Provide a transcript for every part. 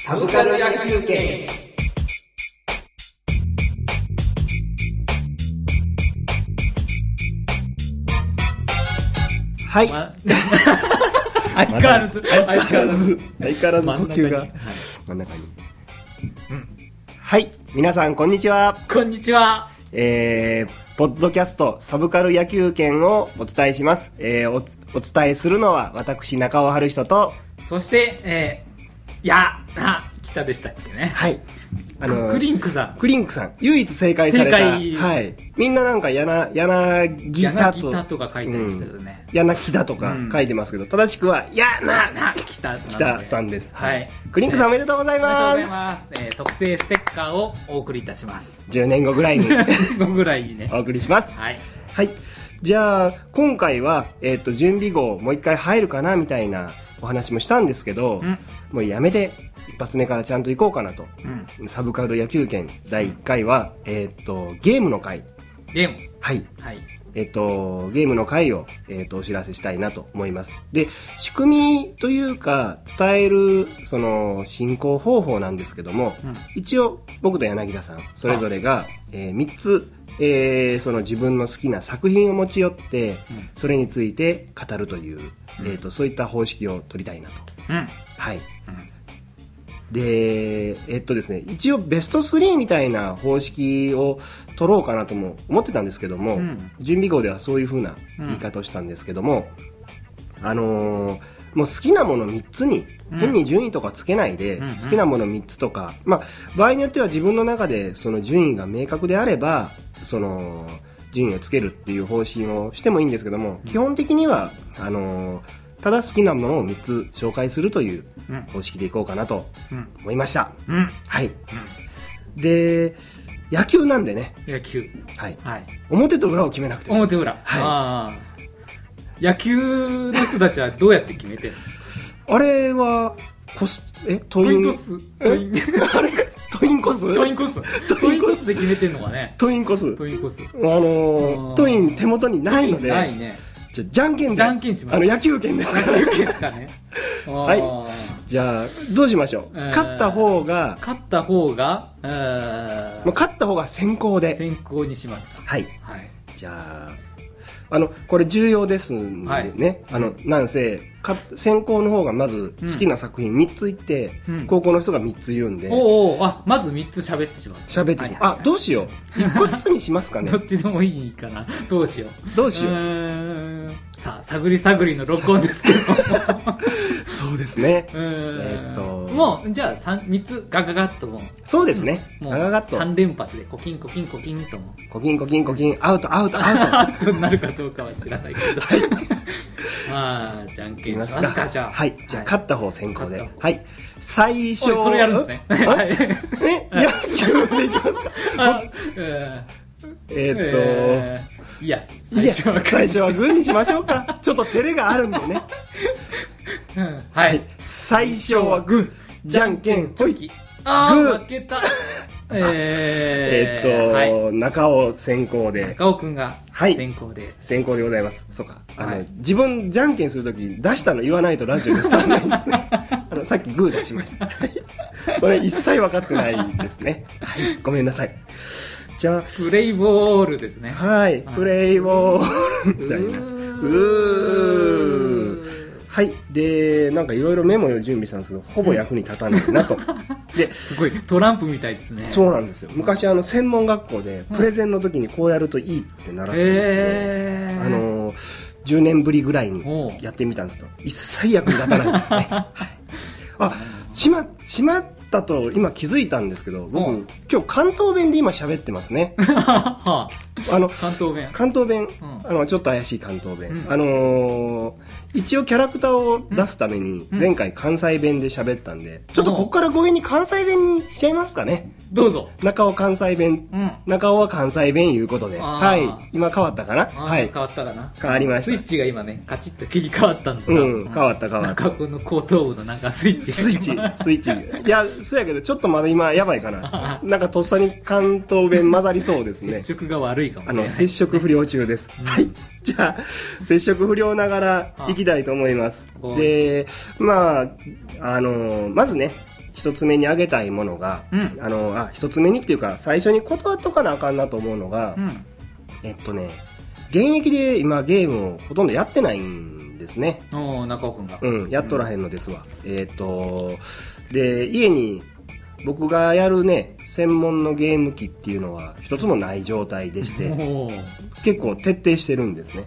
サブカル野球券。 はい、 相変わらず相変わらず呼吸が真ん中に、はい、皆さんこんにちは。 こんにちは。 ポッドキャストサブカル野球券をお伝えします。お伝えするのは私中尾春人と、 そして北でしたっけね。 はい、 クリンクさん唯一正解された。 正解、 はい、みんななんか柳田とか書いてるんですけどね、 柳田とか書いてますけど、正しくは北さんです。 はい、 クリンクさんおめでとうございます。 おめでとうございます。特製ステッカーをお送りいたします。 10年後ぐらいにねお送りします。 はい、 はい、じゃあ今回は、準備号もう一回入るかなみたいなお話もしたんですけど、もうやめて一発目からちゃんと行こうかなと、サブカル野球券第1回は、ゲームの回。はい、ゲームの回を、お知らせしたいなと思います。で、仕組みというか伝えるその進行方法なんですけども、一応僕と柳田さんそれぞれが、3つ、その自分の好きな作品を持ち寄って、それについて語るという、そういった方式を取りたいなと。はい、でですね、一応ベスト3みたいな方式を取ろうかなとも思ってたんですけども、準備号ではそういう風な言い方をしたんですけども、もう好きなもの3つに変に順位とかつけないで、好きなもの3つとか、場合によっては自分の中でその順位が明確であればその順位をつけるっていう方針をしてもいいんですけども、基本的にはただ好きなものを3つ紹介するという方式でいこうかなと思いました。はい、で野球なんでね、はい、表と裏を決めなくても、 表裏、野球の人たちはどうやって決めてんの？ あれはトイントスあれトインコスで決めてんのかね。 トインコストイン手元にないので、 ないね。 じゃんけんで、野球券ですからね。 はい、じゃあどうしましょう。勝った方が勝った方が先行で先行にしますか。はい、 じゃあこれ重要ですんでね、なんせ先行の方がまず好きな作品3つ言って、高校の人が3つ言うんで、 まず3つ喋ってしまう。 どうしよう、1個ずつにしますかね。 どっちでもいいかな。どうしよう。さあ探りの録音ですけどそうですね。 もうじゃあ3つガガガッともう。 そうですね、 ガガガッと3連発でコキンコキンコキンともコキンアウトになるかどうかは知らないけどじゃんけんしますか。じゃあ勝った方先行で。はい、最初それやるんですね。 野球でいきますか。 いや最初はグーにしましょうか。ちょっと照れがあるんでね。最初はグー、じゃんけんほい。 グー負けた。 中尾先行で、 中尾くんが先行でございます。そうか、自分じゃんけんするとき出したの言わないとラジオで伝わらないんですね。さっきグー出しました。それ一切分かってないですね。ごめんなさい。じゃあプレイボールですね。 プレイボールみたいな。でなんかいろいろメモを準備したんですけど、ほぼ役に立たないなと。 すごいトランプみたいですね。 そうなんですよ。昔専門学校でプレゼンの時にこうやるといいって習ったんですけど、10年ぶりぐらいにやってみたんですけど、一切役に立たないですね。しまったと今気づいたんですけど、僕今日関東弁で今喋ってますね。関東弁、ちょっと怪しい関東弁。一応キャラクターを出すために前回関西弁で喋ったんで、ちょっとここから強引に関西弁にしちゃいますかね。 どうぞ。 中尾関西弁、中尾は関西弁いうことで、今変わったかな。 変わったかな。 変わりました。 スイッチが今ねカチッと切り替わったんだ。 変わった。 中尾の後頭部のなんかスイッチ。 いやそうやけどちょっとまだ今やばいかな。なんかとっさに関東弁混ざりそうですね。 接触が悪いかもしれない。 接触不良中です。じゃあ接触不良ながらいきたいと思います。でまずね、 一つ目に挙げたいものが、一つ目にっていうか最初に断っとかなあかんなと思うのが、現役で今ゲームをほとんどやってないんですね。 中尾くんが。 やっとらへんのですわ。で、家に僕がやるね、専門のゲーム機っていうのは一つもない状態でして、結構徹底してるんですね。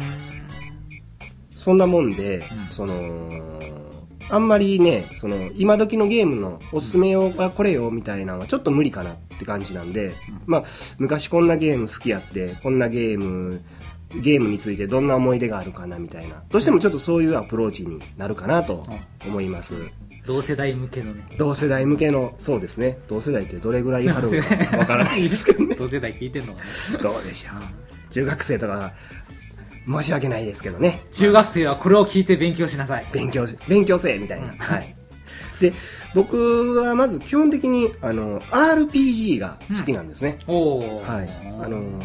そんなもんで、あんまりね、今時のゲームのおすすめ用がこれよみたいなのはちょっと無理かなって感じなんで、昔こんなゲーム好きやって、こんなゲームについてどんな思い出があるかなみたいな、どうしてもちょっとそういうアプローチになるかなと思います。 同世代向けのね。 同世代向けの、そうですね。同世代ってどれぐらいあるのかわからないですけどね。 同世代聞いてんのかな。 どうでしょう。中学生とか申し訳ないですけどね。 中学生はこれを聞いて勉強しなさい。 勉強せえみたいな。はい。で、僕はまず基本的にRPG が好きなんですね。はい。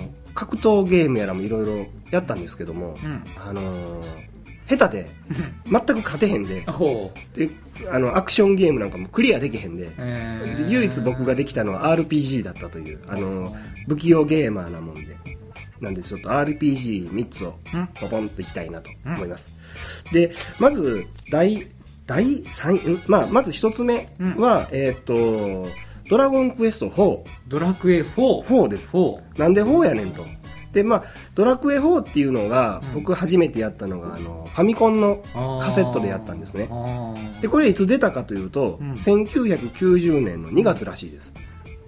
格闘ゲームやらもいろいろやったんですけども、下手で全く勝てへんで、でアクションゲームなんかもクリアできへんで、唯一僕ができたのは RPG だったという不器用ゲーマーなもんで、なんでちょっと RPG3 つをポポンといきたいなと思います。で、まずまず一つ目は、ドラゴンクエスト4。 ドラクエ 4 です。なんで4やねんと。で、ドラクエ4っていうのが、僕初めてやったのが、ファミコンのカセットでやったんですね。で、これいつ出たかというと、1990年の2月らしいです。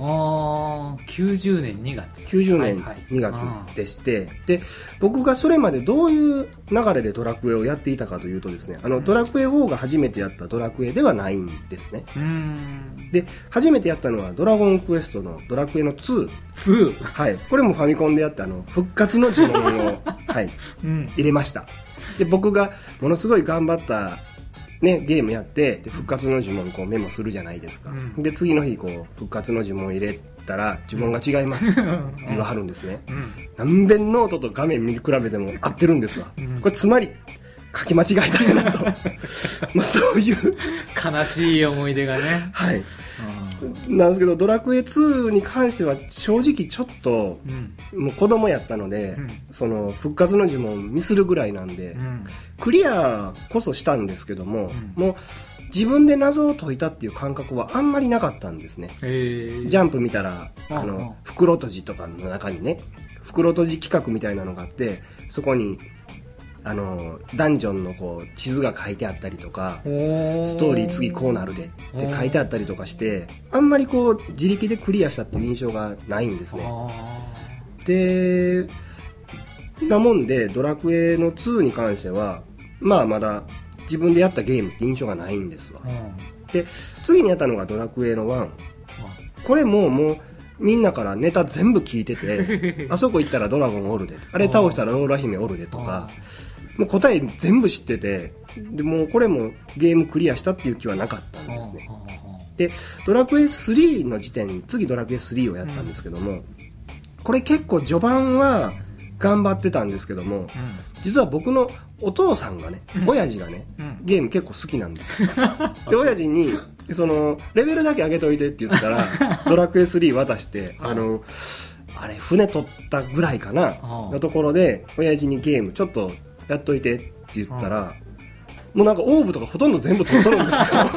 90年2月。 90年2月でして、で、僕がそれまでどういう流れでドラクエをやっていたかというとですね、ドラクエ4が初めてやったドラクエではないんですね。で、初めてやったのはドラゴンクエストのドラクエの2。はい。これもファミコンでやって復活の呪文を、はい、入れました。で、僕がものすごい頑張ったね、ゲームやってで復活の呪文こうメモするじゃないですか、で次の日こう復活の呪文入れたら呪文が違いますって言わはるんですね、何遍ノートと画面見比べても合ってるんですわ、これつまり書き間違えたんやなとそういう悲しい思い出がね、 はい、なんですけどドラクエ2に関しては正直ちょっと、もう子供やったので、その復活の呪文ミスるぐらいなんで、クリアこそしたんですけども、もう自分で謎を解いたっていう感覚はあんまりなかったんですね。ジャンプ見たら袋閉じとかの中にね、袋閉じ企画みたいなのがあって、そこにダンジョンのこう地図が書いてあったりとか、ストーリー次こうなるでって書いてあったりとかして、あんまりこう自力でクリアしたっていう印象がないんですね。でなもんでドラクエの2に関してはまだ自分でやったゲームって印象がないんですわ。で次にやったのがドラクエの1。これもうみんなからネタ全部聞いててあそこ行ったらドラゴンおるで、あれ倒したらローラ姫おるでとか、もう答え全部知ってて、でもうこれもゲームクリアしたっていう気はなかったんですね。でドラクエ3の時点に次ドラクエ3をやったんですけども、これ結構序盤は頑張ってたんですけども、実は僕のお父さんがね、親父がね、ゲーム結構好きなんですよ。で親父にレベルだけ上げといてって言ったらドラクエ3渡してあれ船取ったぐらいかなのところで親父にゲームちょっとやっといてって言ったら、もうなんかオーブとかほとんど全部取っとるんですよ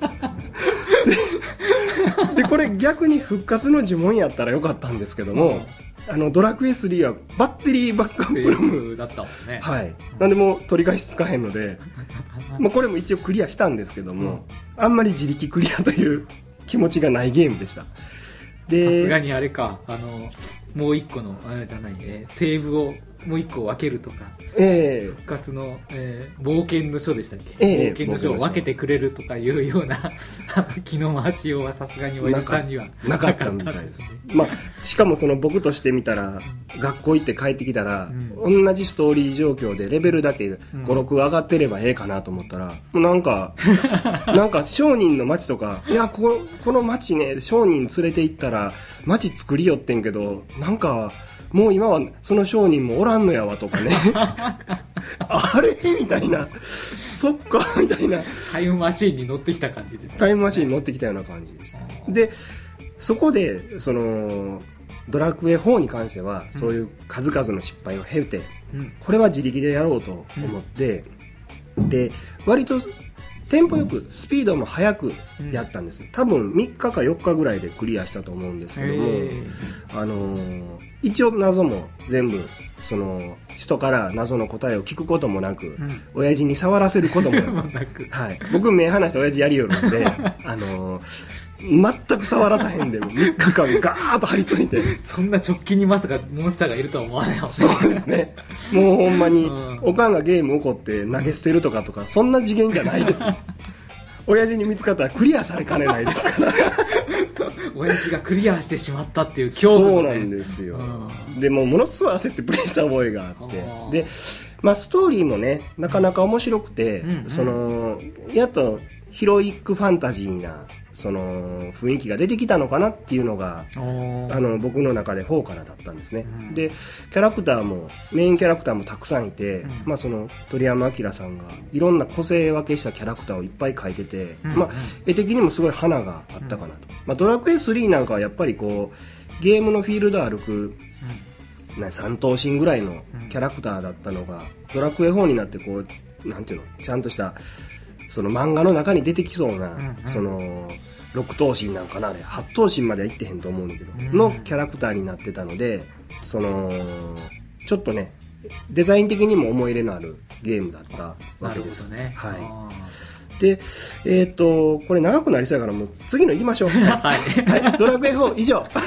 でこれ逆に復活の呪文やったらよかったんですけども、ドラクエ3はバッテリーバックアップロムだったもんね。 はい。なんでもう取り返しつかへんので、これも一応クリアしたんですけども、あんまり自力クリアという気持ちがないゲームでした。で、 さすがにあれか、もう一個のセーブをもう一個分けるとか、復活の、冒険の書でしたっけ、冒険の書を分けてくれるとかいうような気の回しようはさすがにおじさんにはなかったみたいですね。しかも僕としてみたら学校行って帰ってきたら、同じストーリー状況でレベルだけ5、6上がってればええかなと思ったら、もうなんか商人の町とか、いやこの町ね、商人連れて行ったら町作りよってんけど、なんかもう今はその商人もおらんのやわとかねあれみたいな、 そっかみたいな、 タイムマシーンに乗ってきた感じですね。 タイムマシーンに乗ってきたような感じでした。でそこでそのドラクエ4に関してはそういう数々の失敗を経て、これは自力でやろうと思って、で割とテンポよくスピードも速くやったんです、多分3日か4日ぐらいでクリアしたと思うんですけども、一応謎も全部その人から謎の答えを聞くこともなく、親父に触らせることもなくはい、僕目離して親父やりよるんで全く触らさへんで3日間ガーッと張り付いてそんな直近にまさかモンスターがいるとは思わない。 そうですね、もうほんまに、おかんがゲーム起こって投げ捨てるとかそんな次元じゃないです親父に見つかったらクリアされかねないですから親父がクリアしてしまったっていう恐怖、ね、 そうなんですよ、でもものすごい焦ってプレイした覚えがあって、で、まあ、ストーリーもねなかなか面白くて、そのやっとヒロイックファンタジーなその雰囲気が出てきたのかなっていうのが僕の中で4からだったんですね、でキャラクターもメインキャラクターもたくさんいて、まあ、その鳥山明さんがいろんな個性分けしたキャラクターをいっぱい描いてて、まあ、絵的にもすごい花があったかなと、まあ、ドラクエ3なんかはやっぱりこうゲームのフィールド歩く3頭身ぐらいのキャラクターだったのが、ドラクエ4になってこうなんていうのちゃんとしたその漫画の中に出てきそうな、その6頭身なんかな、あれ8頭身まではいってへんと思うんだけど、のキャラクターになってたので、そのちょっとねデザイン的にも思い入れのあるゲームだったわけです。 なるほどね。 はい。でこれ長くなりそうやからもう次の行きましょうはい、はい、ドラクエ4以上はい、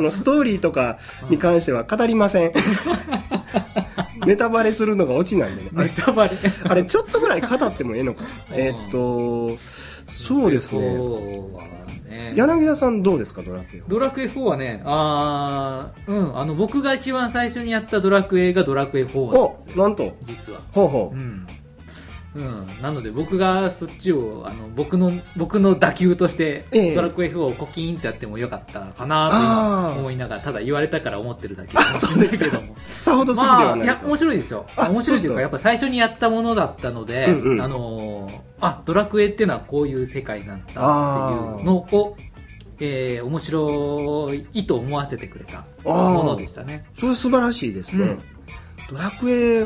ストーリーとかに関しては語りませんネタバレするのがオチなんでね。 ネタバレあれちょっとぐらい語ってもええのかそうですね。柳田さんどうですかドラクエ4。 ドラクエ4はね僕が一番最初にやったドラクエがドラクエ4なんですよ。 なんと実はほうほう、 なので僕がそっちを僕の打球としてドラクエ4をコキーンってやってもよかったかなと思いながら、ただ言われたから思ってるだけかもしれないけどもさほど好きではない、 いや面白いですよ。面白いというかやっぱ最初にやったものだったので、ドラクエっていうのはこういう世界なんだっていうのを面白いと思わせてくれたものでしたね。 それ素晴らしいですね、ドラクエ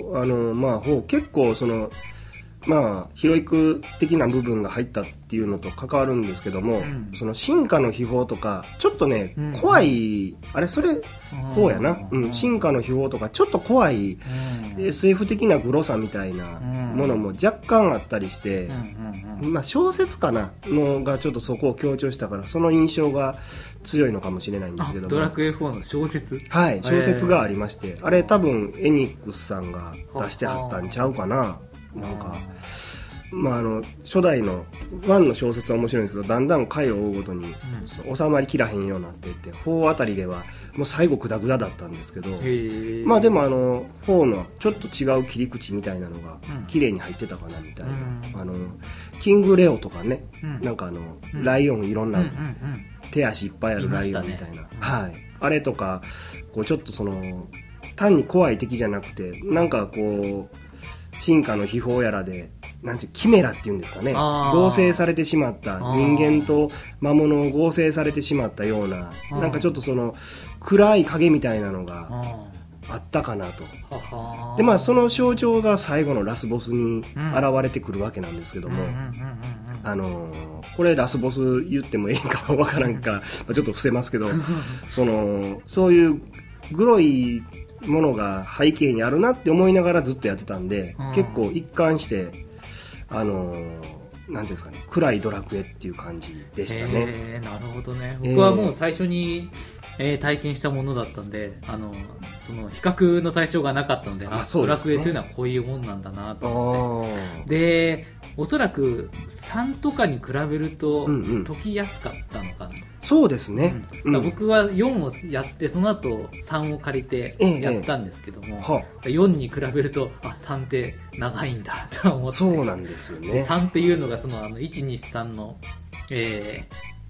44結構そのまあヒロイク的な部分が入ったっていうのと関わるんですけども、その進化の秘宝とかちょっとね、怖いあれそれ4やな、進化の秘宝とかちょっと怖い、SF 的なグロさみたいなものも若干あったりして、まあ小説かなのがちょっとそこを強調したからその印象が強いのかもしれないんですけども、 ドラクエ4の小説、 はい小説がありまして、あれ多分エニックスさんが出してはったんちゃうかな。なんか初代の1の小説は面白いんですけど、だんだん回を追うごとに収まりきらへんようになっていって、4あたりではもう最後グダグダだったんですけど、まあでも4のちょっと違う切り口みたいなのが綺麗に入ってたかなみたいな、キングレオとかね、なんかライオンいろんな手足いっぱいあるライオンみたいな、はい、あれとかこうちょっとその単に怖い敵じゃなくてなんかこう進化の秘宝やらでなんていうキメラっていうんですかね、合成されてしまった人間と魔物を合成されてしまったようななんかちょっとその暗い影みたいなのがあったかなと。でまあその象徴が最後のラスボスに現れてくるわけなんですけども、これラスボス言ってもええんかわからんからちょっと伏せますけどそういうグロいものが背景にあるなって思いながらずっとやってたんで、結構一貫してなんていうんですかね、暗いドラクエっていう感じでしたね。 なるほどね。僕はもう最初に、体験したものだったんでその比較の対象がなかったので、ドラクエというのはこういうもんなんだなと思って、でおそらく3とかに比べると解きやすかったのかな。 そうですね、 僕は4をやってその後3を借りてやったんですけども、4に比べると3って長いんだと思って。 そうなんですよね。 3っていうのがその123の、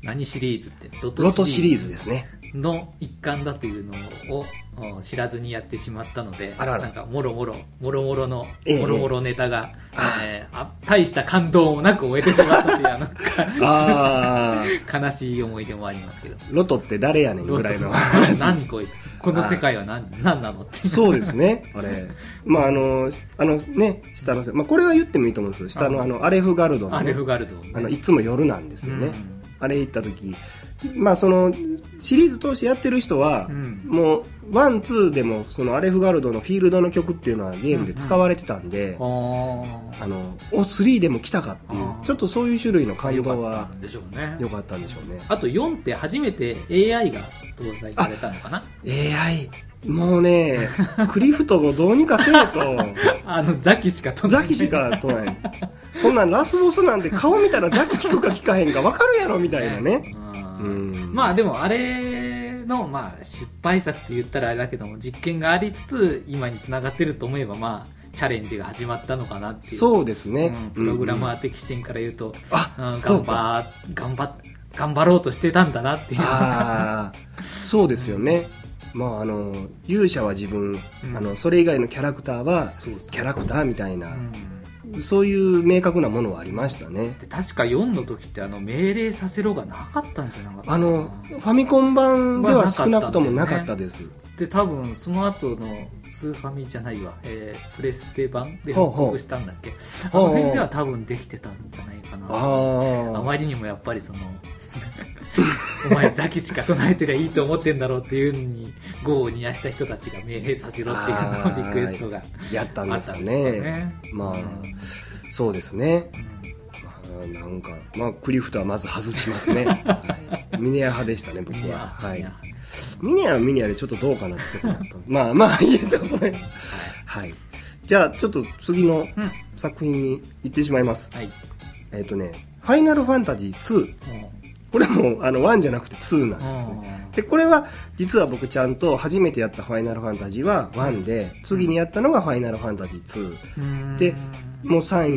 何シリーズってロトシリーズですねの一環だというのを知らずにやってしまったので、なんかもろもろのもろもろネタが、大した感動もなく終えてしまったという悲しい思い出もありますけど、 ロトって誰やねんぐらいの何こいつこの世界は何なのっていう。 そうですね、あれまあね下の、まあ、これは言ってもいいと思うんですよ、下のアレフガルドの、ね、いつも夜なんですよね、あれ行った時、まあそのシリーズ通してやってる人は、もうワンツーでもそのアレフガルドのフィールドの曲っていうのはゲームで使われてたんで、3でも来たかっていうちょっとそういう種類の感動は良かったんでしょうね。 あと4って初めて AI が搭載されたのかな。 AIもうねクリフトをどうにかせえとザキしか唱えないそんなんラスボスなんて顔見たらザキ聞くか聞かへんか分かるやろみたいなね。 まあでもあれの、まあ、失敗作と言ったらあれだけども実験がありつつ今に繋がってると思えば、まあチャレンジが始まったのかなっていう。 そうですね、 プログラマー的視点から言うと、頑張ろうとしてたんだなっていう。 そうですよね、まあ勇者は自分、それ以外のキャラクターはキャラクターみたいな、そういう明確なものはありましたね。 で確か4の時って命令させろがなかったんじゃなかったかな。 ファミコン版では少なくともなかったです。 で多分その後のスーファミじゃないわ、プレステ版で復刻したんだっけ、あの辺では多分できてたんじゃないかな。あまりにもやっぱりそのお前ザキしか唱えてりゃいいと思ってんだろうっていうのに業を煮やした人たちが命令させろっていうのをリクエストがやったんですよね。まあ、そうですね、なんか、まあ、クリフトはまず外しますね、ミネア派でしたね僕は。ミネアはミネアでちょっとどうかなってとこだったまあいいですよそれ。じゃあちょっと次の作品に行ってしまいます。ファイナルファンタジー2、これも1じゃなくて2なんですね。でこれは実は僕ちゃんと初めてやったファイナルファンタジーは1で、次にやったのがファイナルファンタジー2で、もう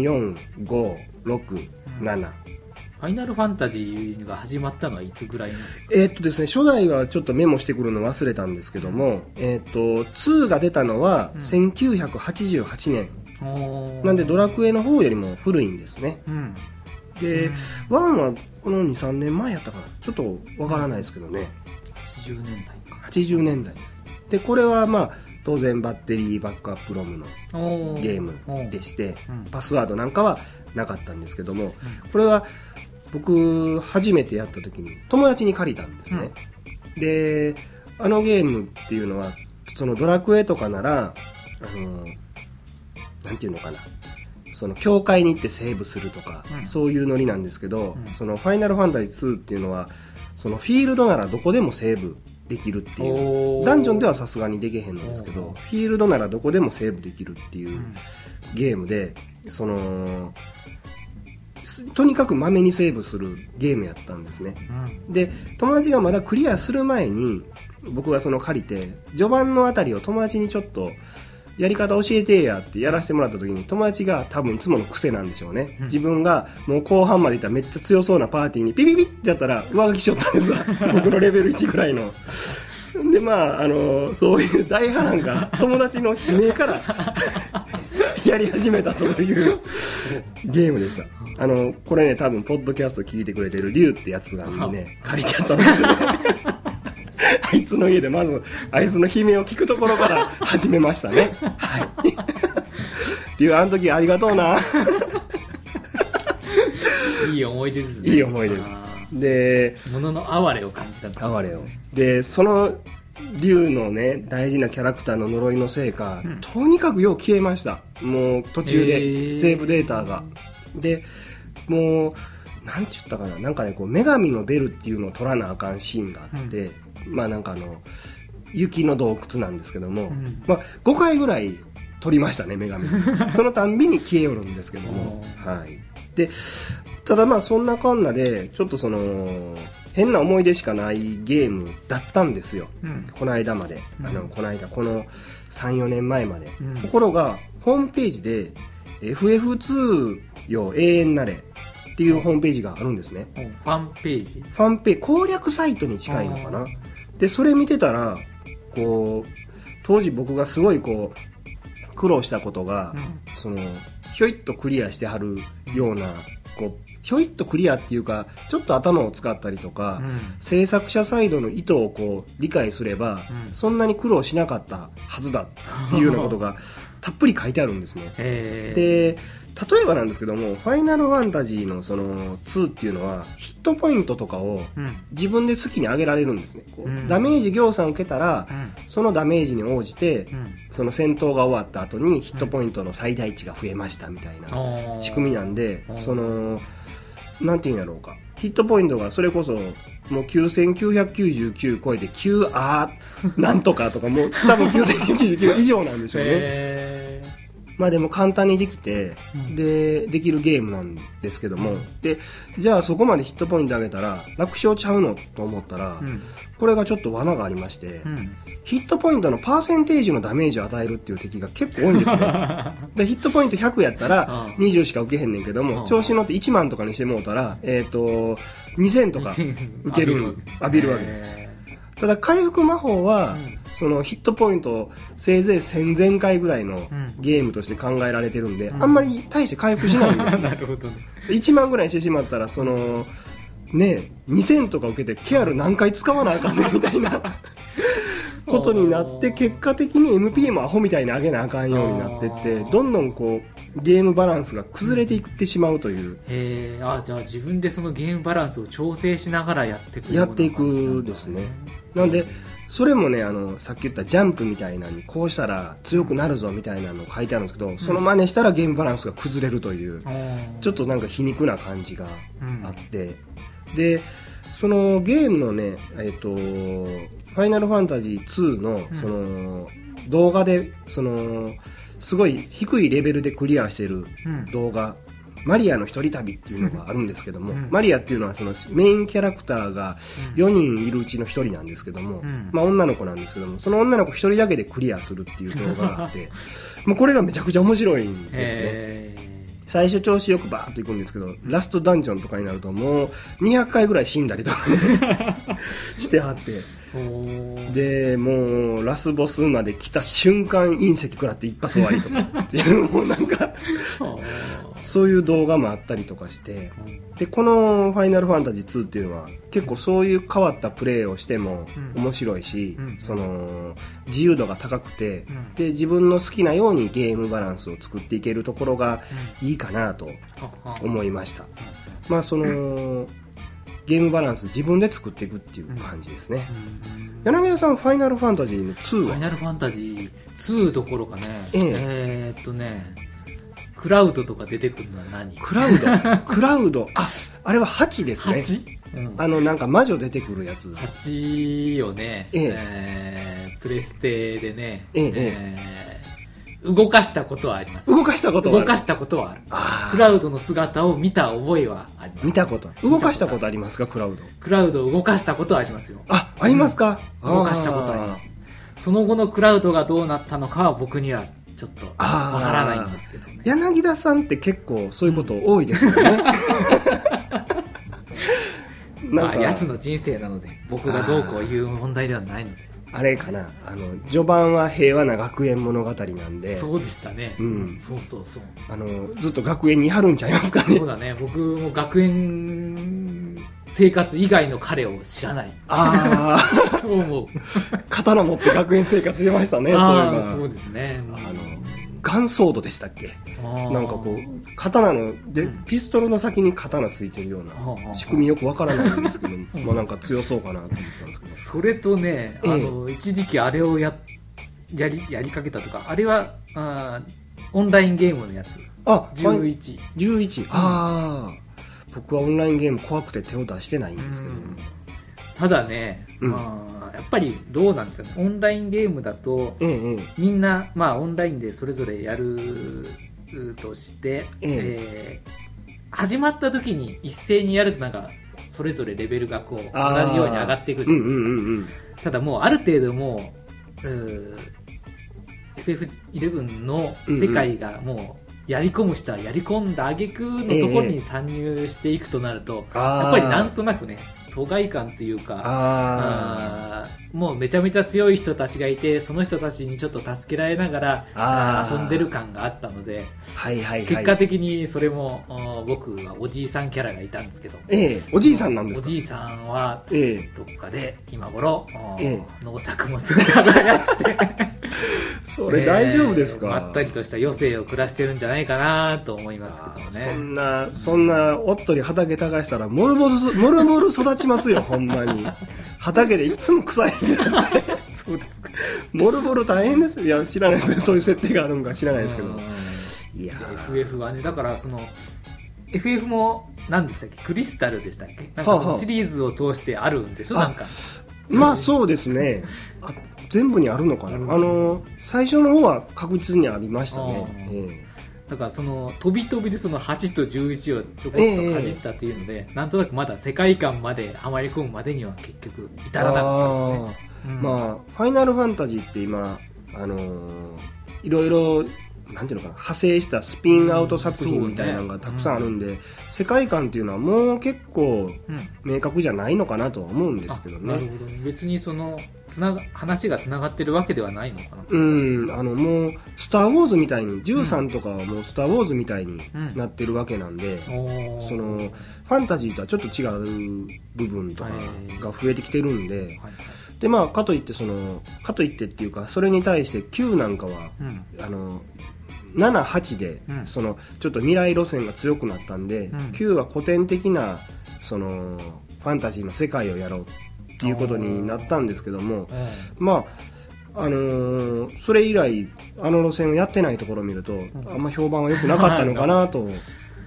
34567 ファイナルファンタジーが始まったのはいつぐらいなんですか？ ですね、初代はちょっとメモしてくるの忘れたんですけども、2が出たのは1988年、なんでドラクエの方よりも古いんですね。で、1はこの 2,3 年前やったかな、ちょっとわからないですけどね。 80年代か。 80年代です。でこれはまあ当然バッテリーバックアップロムのゲームでして、パスワードなんかはなかったんですけども、これは僕初めてやった時に友達に借りたんですね。でゲームっていうのはそのドラクエとかならなんていうのかな、その教会に行ってセーブするとか、そういうノリなんですけど、そのファイナルファンタジー2っていうのはそのフィールドならどこでもセーブできるっていう、ダンジョンではさすがにできへんのですけど、フィールドならどこでもセーブできるっていうゲームで、そのとにかくまめにセーブするゲームやったんですね。で友達がまだクリアする前に僕がその借りて序盤のあたりを友達にちょっとやり方教えてやってやらせてもらった時に、友達が多分いつもの癖なんでしょうね、自分がもう後半までいったらめっちゃ強そうなパーティーにピピピってやったら上書きしよったんですわ僕のレベル1ぐらいのでまあそういう大波乱が友達の悲鳴からやり始めたというゲームでした。これね多分ポッドキャスト聞いてくれてるリュウってやつがね借りちゃったんですけどあいつの家でまずあいつの悲鳴を聞くところから始めましたね。リュウあの時ありがとうな。 いい思い出ですね。 いい思い出です。で物の哀れを感じたんです。 哀れをでその竜のね大事なキャラクターの呪いのせいか、とにかくよう消えました。もう途中でセーブデータがでもうなんて言ったかな、なんかねこう女神のベルっていうのを取らなあかんシーンがあって、まあなんか雪の洞窟なんですけども、まあ5回ぐらい取りましたね女神そのたんびに消えよるんですけども、でただまあそんなこんなでちょっとその変な思い出しかないゲームだったんですよ、この間まで、この 3,4 年前まで、ところがホームページで FF2 よ永遠なれっていうホームページがあるんですね。 ファンページ？ ファンページ、攻略サイトに近いのかな。で、それ見てたら、こう、当時僕がすごいこう、苦労したことが、その、ひょいっとクリアしてはるような、こう、ひょいっとクリアっていうか、ちょっと頭を使ったりとか、制作者サイドの意図をこう、理解すれば、そんなに苦労しなかったはずだっていうようなことが、たっぷり書いてあるんですね。で、例えばなんですけども、ファイナルファンタジーのその2っていうのはヒットポイントとかを自分で好きに上げられるんですね。こうダメージ行さん受けたら、そのダメージに応じて、その戦闘が終わった後にヒットポイントの最大値が増えましたみたいな仕組みなんで、そのなんていうんやろうか、ヒットポイントがそれこそもう9999超えて9なんとかとかもう多分9999以上なんでしょうね。まあでも簡単にできて、できるゲームなんですけども、でじゃあそこまでヒットポイント上げたら楽勝ちゃうのと思ったら、これがちょっと罠がありまして、ヒットポイントのパーセンテージのダメージを与えるっていう敵が結構多いんですね。でヒットポイント100やったら20しか受けへんねんけども、調子乗って1万とかにしてもうたら2000とか受ける浴びるわけです。ただ回復魔法は、そのヒットポイントをせいぜい1000回ぐらいのゲームとして考えられてるんで、あんまり大して回復しないんですね。 なるほどね。 1万ぐらいしてしまったらそのね2000とか受けてケアル何回使わなあかんねみたいなことになって、結果的に MP もアホみたいに上げなあかんようになってって、どんどんこうゲームバランスが崩れていってしまうという。 じゃあ自分でそのゲームバランスを調整しながらやっていくですね。なんでそれもね、さっき言ったジャンプみたいなのにこうしたら強くなるぞみたいなの書いてあるんですけど、その真似したらゲームバランスが崩れるという、ちょっとなんか皮肉な感じがあって、でそのゲームのね、ファイナルファンタジー2のその動画で、そのすごい低いレベルでクリアしてる動画、マリアの一人旅っていうのがあるんですけども、マリアっていうのはそのメインキャラクターが4人いるうちの1人なんですけども、まあ女の子なんですけども、その女の子1人だけでクリアするっていう動画があってもうこれがめちゃくちゃ面白いんですね。最初調子よくバーッといくんですけど、ラストダンジョンとかになるともう200回ぐらい死んだりとかねしてはって、でもうラスボスまで来た瞬間隕石食らって一発終わりとかっていうもうなんかそういう動画もあったりとかして、でこの「ファイナルファンタジー2」っていうのは結構そういう変わったプレーをしても面白いし、その自由度が高くて、で自分の好きなようにゲームバランスを作っていけるところがいいかなと思いました。まあそのゲームバランス自分で作っていくっていう感じですね。柳田さん、ファイナルファンタジーの2は？ ファイナルファンタジー2どころかね、クラウドとか出てくるのは何？クラウドあれは8ですね。8？なんか魔女出てくるやつ。 8よね。プレステでね、動かしたことはあります。 動かしたことはある。クラウドの姿を見た覚えはあります。 見たこと。動かしたことありますか？クラウドを動かしたことはありますよ。 ありますか？ 動かしたことあります。その後のクラウドがどうなったのかは僕にはちょっとわからないんですけどね。 柳田さんって結構そういうこと多いですよね。 まあ、奴の人生なので僕がどうこういう問題ではないので。 あれかな、序盤は平和な学園物語なんで。 そうでしたね。そうずっと学園にいはるんちゃいますかね。 そうだね。僕も学園生活以外の彼を知らない。と思う。 刀持って学園生活してましたね。 そうですね。 ガンソードでしたっけ？なんかこう刀のでピストルの先に刀ついてるような仕組みよくわからないんですけどまあなんか強そうかなと思ったんですけど、 それとね、一時期あれをやりかけたとか、あれはオンラインゲームのやつ。11。 僕はオンラインゲーム怖くて手を出してないんですけど、 ただね、やっぱりどうなんですかね。オンラインゲームだと、みんな、まあ、オンラインでそれぞれやるとして、始まった時に一斉にやるとなんかそれぞれレベルがこう同じように上がっていくじゃないですか。ただもうある程度もう FF11 の世界がもうやり込む人はやり込んだ挙句のところに参入していくとなると、やっぱりなんとなくね疎外感というか、もうめちゃめちゃ強い人たちがいてその人たちにちょっと助けられながら遊んでる感があったので、結果的にそれも僕はおじいさんキャラがいたんですけど、 おじいさんなんですか。 おじいさんはどっかで今頃、農作物を耕してそれ大丈夫ですか。 まったりとした余生を暮らしてるんじゃないかなと思いますけどね。 そんなおっとり畑耕したらもろもろ育ちますよほんまに。畑でいつも草やりだしてそうですか。 もろもろ大変ですよ。いや知らないですね、そういう設定があるのか知らないですけど。 いや FF はね、だからその FF も何でしたっけ、クリスタルでしたっけ、なんかそのシリーズを通してあるんでしょ、なんか。 まあそうですね、全部にあるのかな。最初の方は確実にありましたね。 だからその飛び飛びでその8と11をちょこっとかじったっていうので、なんとなくまだ世界観まではまり込むまでには結局至らなかったですね。 まあファイナルファンタジーって今いろいろなんていうのかな、派生したスピンアウト作品みたいなのがたくさんあるんで、世界観っていうのはもう結構明確じゃないのかなとは思うんですけどね。 なるほどね。別にその話がつながってるわけではないのかな。 もうスター・ウォーズみたいに13とかはもうスター・ウォーズみたいになってるわけなんで、そのファンタジーとはちょっと違う部分とかが増えてきてるんで、でまあかといってっていうか、それに対して9なんかは、7、8で、そのちょっと未来路線が強くなったんで、9は古典的なそのファンタジーの世界をやろうっていうことになったんですけども、まあそれ以来あの路線をやってないところを見ると、あんま評判は良くなかったのかなと。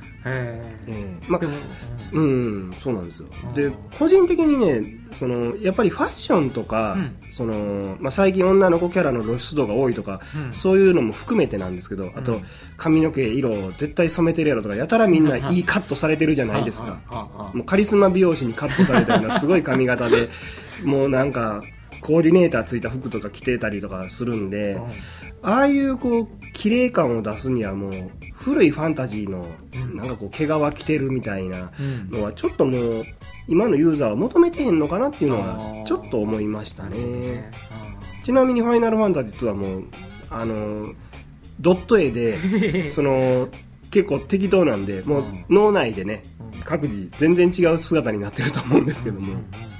そうなんですよ。で個人的にね、やっぱりファッションとか、最近女の子キャラの露出度が多いとか、そういうのも含めてなんですけど、あと髪の毛色を絶対染めてるやろとか、やたらみんないいカットされてるじゃないですか。もうカリスマ美容師にカットされたようなすごい髪型でもうなんかコーディネーターついた服とか着てたりとかするんで、ああいうこう綺麗感を出すにはもう古いファンタジーのなんかこう毛皮着てるみたいなのはちょっともう今のユーザーは求めてへんのかなっていうのはちょっと思いましたね。ちなみにファイナルファンタジー2はもうドット絵で結構適当なんで、もう脳内でね各自全然違う姿になってると思うんですけども、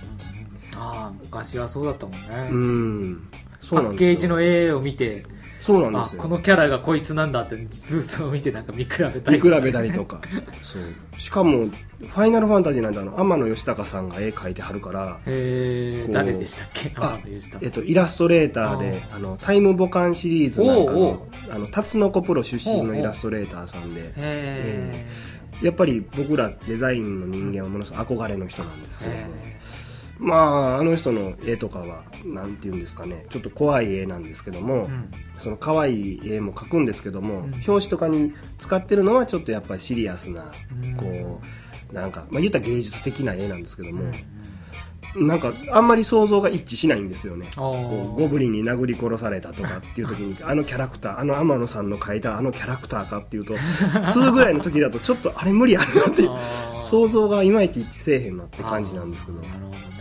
昔はそうだったもんね。 そうなんですよ。 パッケージの絵を見て、 そうなんですよ、 このキャラがこいつなんだって実物を見てなんか見比べたりとかそうしかもファイナルファンタジーなんて天野義高さんが絵描いてはるから。 誰でしたっけ、天野義高さん。 イラストレーターでタイムボカンシリーズなんかのタツノコプロ出身のイラストレーターさんで、やっぱり僕らデザインの人間はものすごく憧れの人なんですけども、まああの人の絵とかはなんていうんですかね、ちょっと怖い絵なんですけども、その可愛い絵も描くんですけども、表紙とかに使ってるのはちょっとやっぱりシリアスな、こうなんか、言ったら芸術的な絵なんですけども、なんかあんまり想像が一致しないんですよね。こうゴブリンに殴り殺されたとかっていう時にあのキャラクター、天野さんの描いたあのキャラクターかっていうと2ぐらいの時だとちょっとあれ無理やなって想像がいまいち一致せえへんなって感じなんですけど、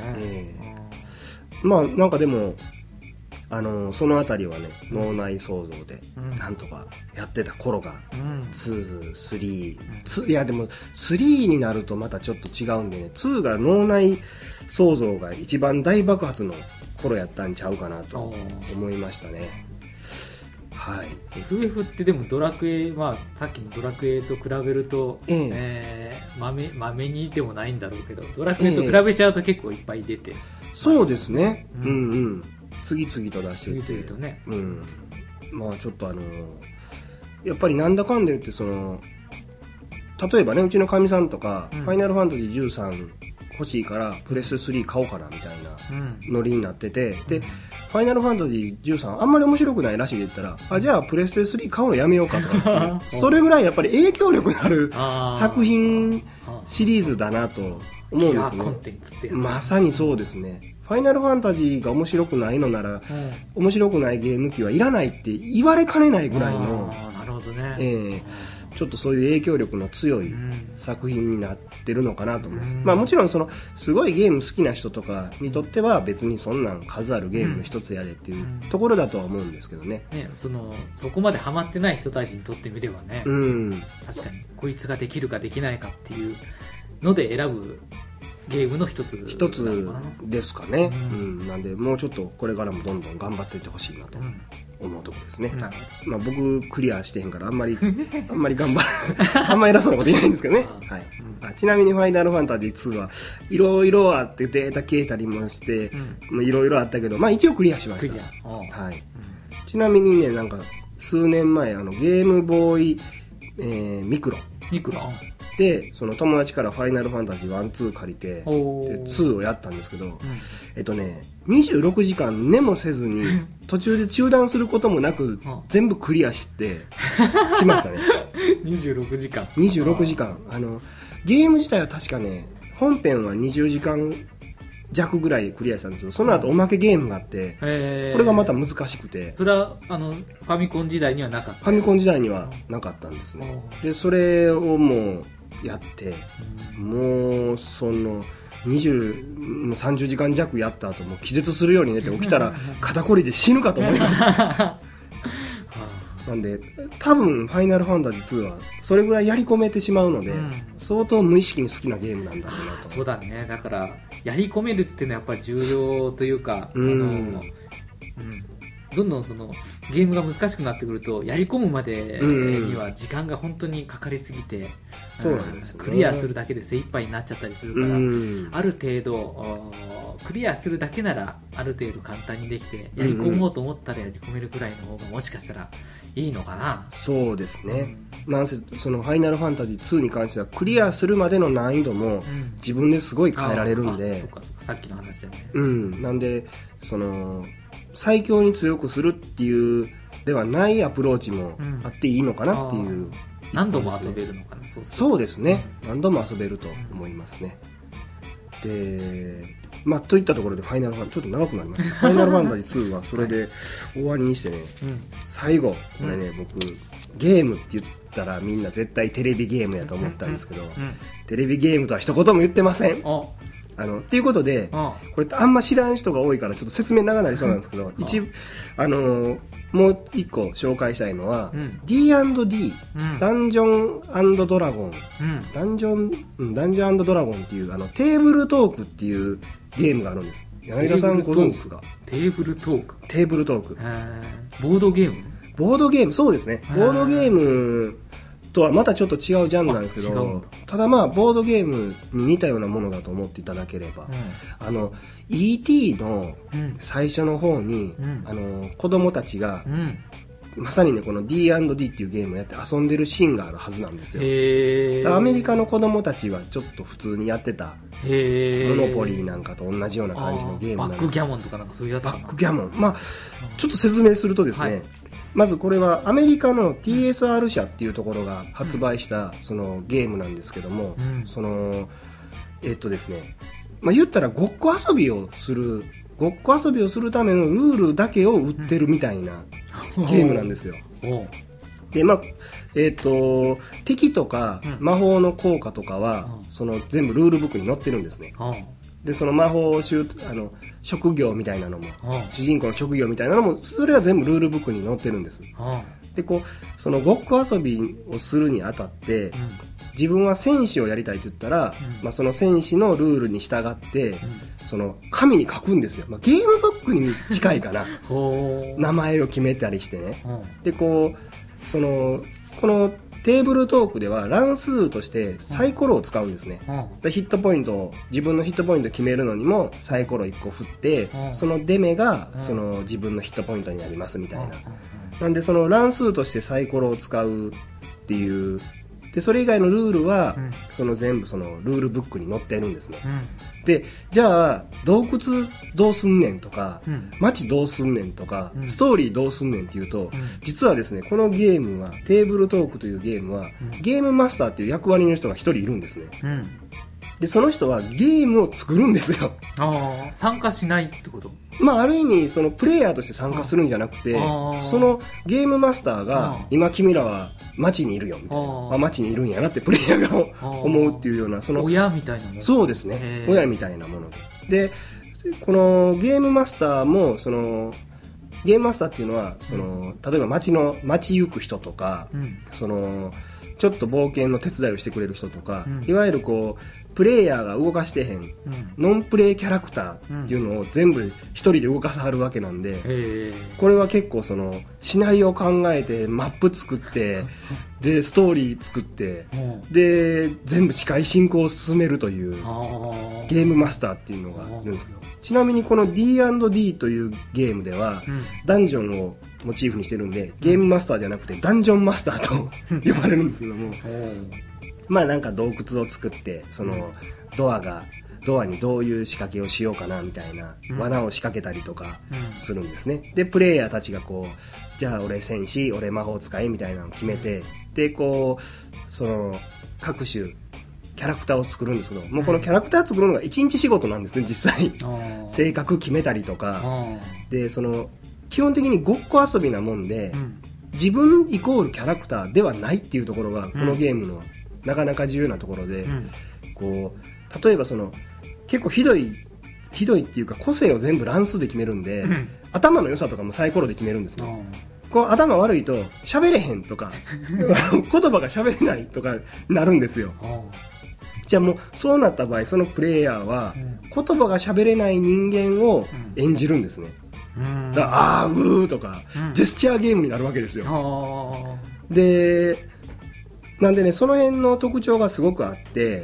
まあなんかでもそのあたりはね、脳内想像でなんとかやってた頃が2、3、いやでも3になるとまたちょっと違うんでね、2が脳内想像が一番大爆発の頃やったんちゃうかなと思いましたね。はい、 FF ってでもドラクエ、さっきのドラクエと比べると、まめにでもないんだろうけど、ドラクエと比べちゃうと結構いっぱい出て、 そうですね、次々と出してて、 次々とね、 まあちょっとやっぱりなんだかんだ言って例えばね、うちのかみさんとか、ファイナルファンタジー13欲しいからプレステ3買おうかなみたいなノリになってて、でファイナルファンタジー13あんまり面白くないらしいで言ったら、じゃあプレステ3買うのやめようかとかってそれぐらいやっぱり影響力のある作品シリーズだなと思うんですね。 コンテンツってやつ、 まさにそうですね。ファイナルファンタジーが面白くないのなら、面白くないゲーム機はいらないって言われかねないぐらいのね、 ちょっとそういう影響力の強い作品になってるのかなと思います、まあ、もちろんそのすごいゲーム好きな人とかにとっては別にそんなん数あるゲームの一つやでっていうところだとは思うんですけどね、 そこまでハマってない人たちにとってみればね、確かにこいつができるかできないかっていうので選ぶゲームの一つですかね、なんでもうちょっとこれからもどんどん頑張っていってほしいなと思うところですね、まあ、僕クリアしてへんからあんまり頑張るあんまり偉そうなこと言えないんですけどね、ちなみにファイナルファンタジー2はいろいろあってデータ消えたりもしていろいろあったけど、まあ、一応クリアしました。ちなみにね、なんか数年前ゲームボーイ、ミクロでその友達からファイナルファンタジー1、2借りてで2をやったんですけど、26時間寝もせずに途中で中断することもなく全部クリアしましたね 26時間ゲーム自体は確かね、本編は20時間弱ぐらいクリアしたんですけど、その後おまけゲームがあって、これがまた難しくて、 それはファミコン時代にはなかった。 ファミコン時代にはなかったんですね。でそれをもうやって、もうその30時間弱やった後もう気絶するように寝て起きたら肩こりで死ぬかと思いましたなんで多分ファイナルファンタジー2はそれぐらいやり込めてしまうので、相当無意識に好きなゲームなんだろうなと。 そうだね、だからやり込めるっていうのはやっぱり重要というか、どんどんそのゲームが難しくなってくるとやり込むまでには時間が本当にかかりすぎて、 そうなんですよね、 クリアするだけで精一杯になっちゃったりするから、ある程度クリアするだけならある程度簡単にできて、やり込もうと思ったらやり込めるくらいの方がもしかしたらいいのかな。 そうですね、なんせそのファイナルファンタジー2に関してはクリアするまでの難易度も自分ですごい変えられるんで、 そっかさっきの話だよね、 なんでその最強に強くするっていうではないアプローチもあっていいのかなっていう、 何度も遊べるのかな。 そうですね、何度も遊べると思いますね。でまあといったところでファイナルファンちょっと長くなりましたファイナルファンタジー2はそれで終わりにしてね、最後これね、僕ゲームって言ったらみんな絶対テレビゲームやと思ったんですけど、テレビゲームとは一言も言ってません。っていうことで、これあんま知らん人が多いからちょっと説明長くなりそうなんですけど、もう一個紹介したいのは、D&D、ダンジョン&ドラゴン、ダンジョン&ドラゴンっていうテーブルトークっていうゲームがあるんです。柳田さんご存知ですか？ テーブルトークボードゲーム、そうですね、ボードゲームとはまたちょっと違うジャンルなんですけど、ただまあボードゲームに似たようなものだと思っていただければ、E.T. の最初の方に、子供たちが、まさにねこの D&D っていうゲームをやって遊んでるシーンがあるはずなんですよ。アメリカの子供たちはちょっと普通にやってたモノポリーなんかと同じような感じのゲームなんで、 バックギャモンとかなんかそういうやつかな。 バックギャモン、まあちょっと説明するとですね、まずこれはアメリカの TSR 社っていうところが発売したそのゲームなんですけども、そのですね、まあ言ったらごっこ遊びをするためのルールだけを売ってるみたいなゲームなんですよ。でまあ敵とか魔法の効果とかはその全部ルールブックに載ってるんですね。でその魔法職業みたいなのも、主人公の職業みたいなのもそれは全部ルールブックに載ってるんです。でそのごっこ遊びをするにあたって、自分は戦士をやりたいと言ったら、まあ、その戦士のルールに従って、その紙に書くんですよ、まあ、ゲームブックに近いかな名前を決めたりしてね、でこのテーブルトークでは乱数としてサイコロを使うんですね。でヒットポイントを自分のヒットポイントを決めるのにもサイコロ1個振って、その出目がその自分のヒットポイントになりますみたいな。なんでその乱数としてサイコロを使うっていうで、それ以外のルールは、その全部そのルールブックに載ってるんですね。でじゃあ洞窟どうすんねんとか、街どうすんねんとか、ストーリーどうすんねんっていうと、実はですねこのゲームはテーブルトークというゲームは、ゲームマスターっていう役割の人が一人いるんですね。 でその人はゲームを作るんですよ。 参加しないってこと？ ある意味そのプレイヤーとして参加するんじゃなくて、そのゲームマスターが今君らは街にいるよみたいな、街にいるんやなってプレイヤーが思うっていうような、その親みたいなもの。 そうですね、親みたいなもので、このゲームマスターもそのゲームマスターっていうのはその例えば街行く人とか、そのちょっと冒険の手伝いをしてくれる人とか、いわゆるこうプレイヤーが動かしてへん、ノンプレイキャラクターっていうのを全部一人で動かさはるわけなんで、これは結構そのシナリオを考えてマップ作ってでストーリー作ってで全部司会進行を進めるというゲームマスターっていうのがいるんですけど、ちなみにこの D&D というゲームではダンジョンをモチーフにしてるんで、ゲームマスターじゃなくてダンジョンマスターと呼ばれるんですけどもなんか洞窟を作って、そのドアにどういう仕掛けをしようかなみたいな罠を仕掛けたりとかするんですね。でプレイヤーたちがこう、じゃあ俺戦士、俺魔法使いみたいなのを決めて、でこうその各種キャラクターを作るんですけど、もうこのキャラクター作るのが1日仕事なんですね、実際。性格決めたりとかで、その基本的にごっこ遊びなもんで、自分イコールキャラクターではないっていうところがこのゲームのなかなか重要なところで、こう例えばその結構ひどいっていうか個性を全部乱数で決めるんで、頭の良さとかもサイコロで決めるんですよ。こう頭悪いと喋れへんとか言葉が喋れないとかなるんですよ。じゃあもうそうなった場合、そのプレイヤーは言葉が喋れない人間を演じるんですね。だからうーとか、ジェスチャーゲームになるわけですよ。でなんでね、その辺の特徴がすごくあって、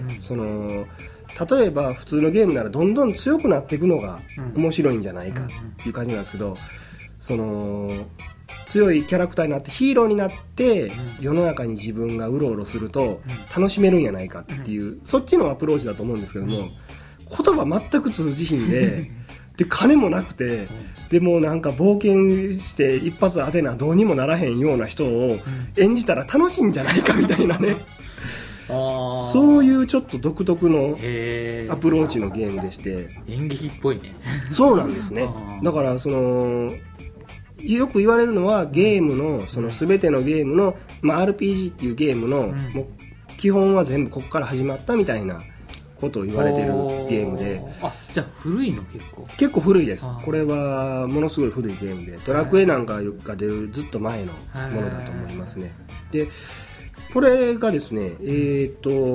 その例えば普通のゲームならどんどん強くなっていくのが面白いんじゃないかっていう感じなんですけど、その強いキャラクターになってヒーローになって世の中に自分がうろうろすると楽しめるんじゃないかっていう、そっちのアプローチだと思うんですけども、言葉全く通じひんでで金もなくて、でもなんか冒険して一発当てなどうにもならへんような人を演じたら楽しいんじゃないかみたいなねそういうちょっと独特のアプローチのゲームでして、 演劇っぽいね。 そうなんですね。だからそのよく言われるのはゲームのその全てのゲームの、RPG っていうゲームのもう基本は全部ここから始まったみたいなことを言われてるゲームで、 じゃあ古いの？ 結構古いです。これはものすごい古いゲームで、ドラクエなんかが出るずっと前のものだと思いますね。でこれがですね、例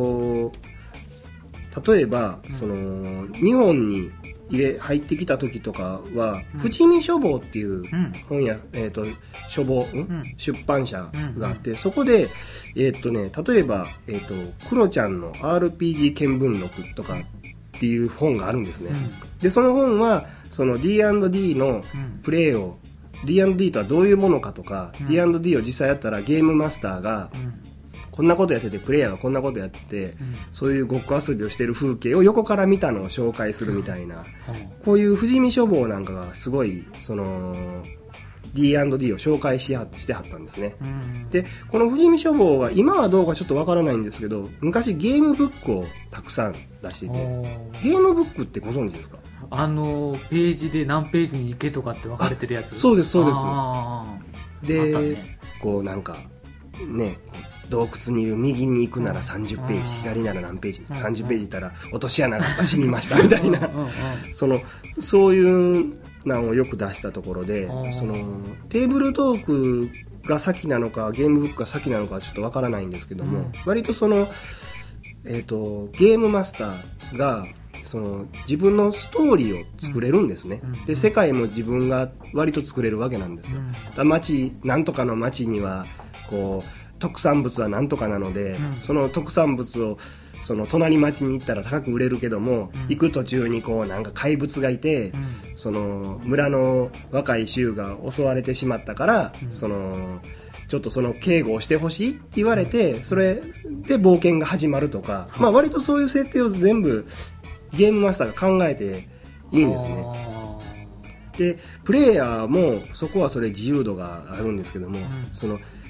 えばその日本に入ってきた時とかは、富士見書房っていう本屋、書房、出版社があって、そこで例えばクロちゃんの RPG 見聞録とかっていう本があるんですね。でその本はその D&D のプレイを、D&D とはどういうものかとか、D&D を実際やったらゲームマスターがこんなことやってて、プレイヤーがこんなことやってて、そういうごっこ遊びをしてる風景を横から見たのを紹介するみたいな、こういう富士見書房なんかがすごいその D&D を紹介してはったんですね。でこの富士見書房は今はどうかちょっとわからないんですけど、昔ゲームブックをたくさん出していて、ゲームブックってご存知ですか？ ページで何ページに行けとかって分かれてるやつ。 そうですそうです。で、こうなんかね、洞窟にいる右に行くなら30ページ、左なら何ページ、30ページいったら落とし穴があった死にましたみたいなそういうのをよく出したところで、そのテーブルトークが先なのかゲームブックが先なのかはちょっとわからないんですけども、割とその、ゲームマスターがその自分のストーリーを作れるんですね。で世界も自分が割と作れるわけなんですよ。なんとかの町にはこう特産物はなんとかなので、その特産物をその隣町に行ったら高く売れるけども、行く途中にこうなんか怪物がいて、その村の若い衆が襲われてしまったから、そのちょっとその警護をしてほしいって言われて、それで冒険が始まるとか、割とそういう設定を全部ゲームマスターが考えていいんですね。でプレイヤーもそこはそれ自由度があるんですけども、その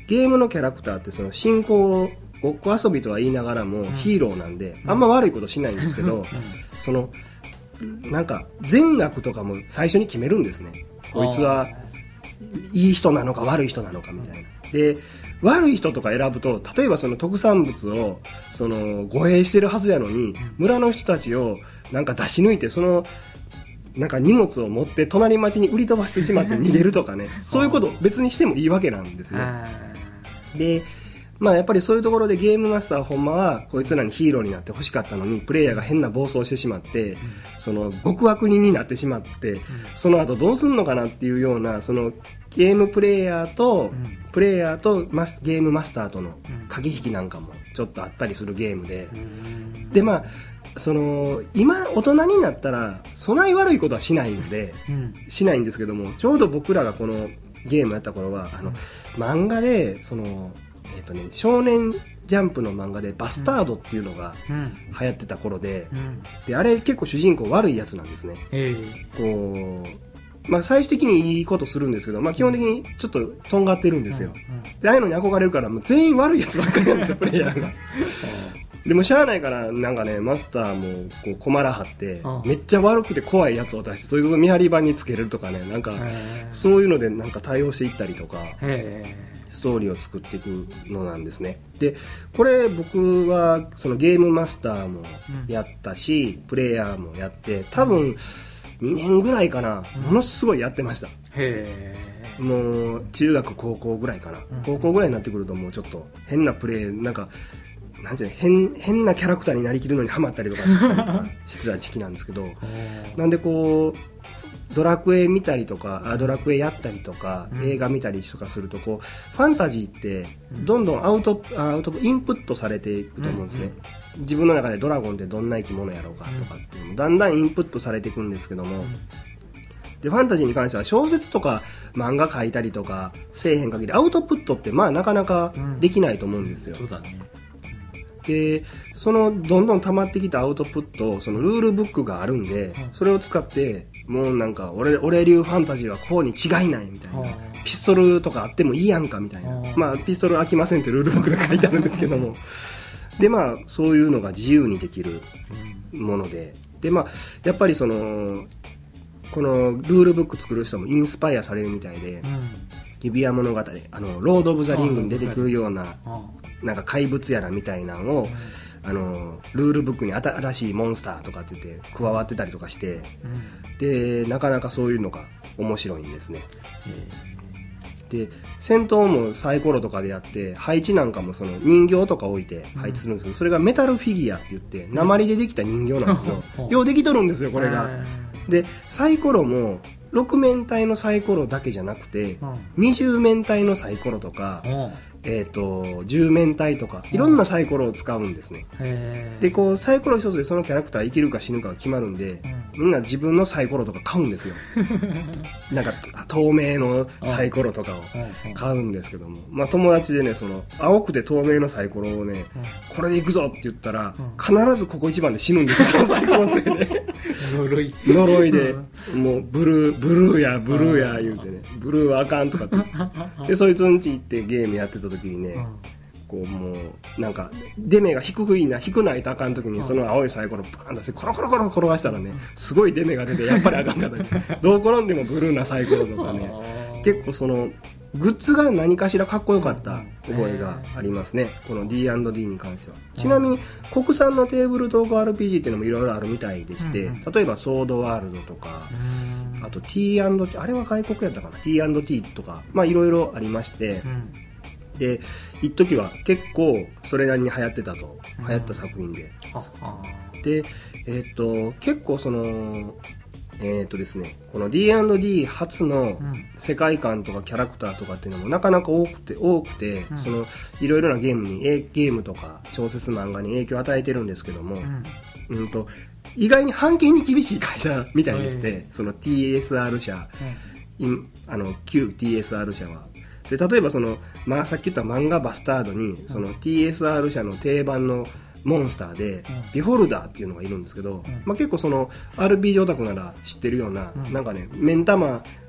ゲームのキャラクターってその進行ごっこ遊びとは言いながらもヒーローなんで、あんま悪いことしないんですけど、そのなんか善悪とかも最初に決めるんですね。こいつはいい人なのか悪い人なのかみたいな。で悪い人とか選ぶと、例えばその特産物をその護衛してるはずやのに、村の人たちをなんか出し抜いて、そのなんか荷物を持って隣町に売り飛ばしてしまって逃げるとかねそういうこと別にしてもいいわけなんですね。でまあやっぱりそういうところでゲームマスターほんまはこいつらにヒーローになってほしかったのに、プレイヤーが変な暴走してしまって、その極悪人になってしまって、その後どうすんのかなっていうような、そのゲームプレイヤーとゲームマスターとの駆け引きなんかもちょっとあったりするゲームで、でまあその今大人になったらそない悪いことはしないので、しないんですけども、ちょうど僕らがこのゲームやった頃は漫画でその少年ジャンプの漫画でバスタードっていうのが流行ってた頃で、であれ結構主人公悪いやつなんですね。こうまあ、最終的にいいことするんですけど、まあ、基本的にちょっととんがってるんですよ。でああいうのに憧れるからもう全員悪いやつばっかりなんですよプレイヤーが。でもしゃあないからなんかね、マスターもこう困らはってめっちゃ悪くて怖いやつを出して、そいつを見張り板につけれるとかね、なんかそういうのでなんか対応していったりとかストーリーを作っていくのなんですね。でこれ僕はそのゲームマスターもやったし、プレイヤーもやって多分2年ぐらいかな、ものすごいやってました。もう中学高校ぐらいかな、高校ぐらいになってくるともうちょっと変なプレイ、なんかなんていうの、変なキャラクターになりきるのにハマったりとかしてた時期なんですけどなんでこうドラクエ見たりとかドラクエやったりとか、映画見たりとかするとこうファンタジーってどんどんインプットされていくと思うんですね。自分の中でドラゴンってどんな生き物やろうかとかっていうのもだんだんインプットされていくんですけども、でファンタジーに関しては小説とか漫画書いたりとかせえへん限りアウトプットってまあなかなかできないと思うんですよ。 そうだね。 でそのどんどん溜まってきたアウトプット、そのルールブックがあるんで、それを使ってもうなんか俺流ファンタジーはこうに違いないみたいな、ピストルとかあってもいいやんかみたいな、まあピストル飽きませんってルールブックが書いてあるんですけどもでまあそういうのが自由にできるもので、でまあやっぱりそのこのルールブック作る人もインスパイアされるみたいで、指輪物語ロード・オブ・ザ・リングに出てくるようななんか怪物やらみたいなのをルールブックに新しいモンスターとかって言って加わってたりとかして、でなかなかそういうのが面白いんですね。で戦闘もサイコロとかでやって、配置なんかもその人形とか置いて配置するんですけど、それがメタルフィギュアって言って鉛でできた人形なんですけど、ようできとるんですよこれが。でサイコロも6面体のサイコロだけじゃなくて、20面体のサイコロとか、10面体とかいろんなサイコロを使うんですね。でこうサイコロ一つでそのキャラクター生きるか死ぬかが決まるんで、みんな自分のサイコロとか買うんですよなんか透明のサイコロとかを買うんですけども、まあ、友達でねその青くて透明のサイコロをね、これでいくぞって言ったら必ずここ一番で死ぬんですよそのサイコロのせいで呪いでもうブルーや言うてね、ブルーはあかんとかってでそいつん家行ってゲームやってた時にね、こうもうなんか出目が低ないとあかん時にその青いサイコロバーン出してコロコロコロ転がしたらね、すごい出目が出てやっぱりあかんかったねどう転んでもブルーなサイコロとかね結構そのグッズが何かしらかっこよかった覚えがありますね、この D&D に関しては。ちなみに国産のテーブルトーク RPG っていうのもいろいろあるみたいでして、例えばソードワールドとか、あと T&T あれは外国やったかな、 T&T とかまあいろいろありまして、で一時は結構それなりに流行った作品で、で結構そのですね、この D&D 初の世界観とかキャラクターとかっていうのもなかなか多くて、そのいろいろなゲームとか小説漫画に影響を与えてるんですけども、意外に版権に厳しい会社みたいでして、その TSR 社、旧 TSR 社はで、例えばその、さっき言った漫画バスタードにその TSR 社の定番のモンスターでビホルダーっていうのがいるんですけど、結構その RPG オタクなら知ってるような、なんかね目ん玉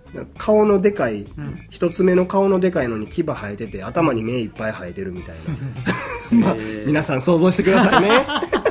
顔のでかい、一つ目の顔のでかいのに牙生えてて頭に目いっぱい生えてるみたいなまあ皆さん想像してくださいね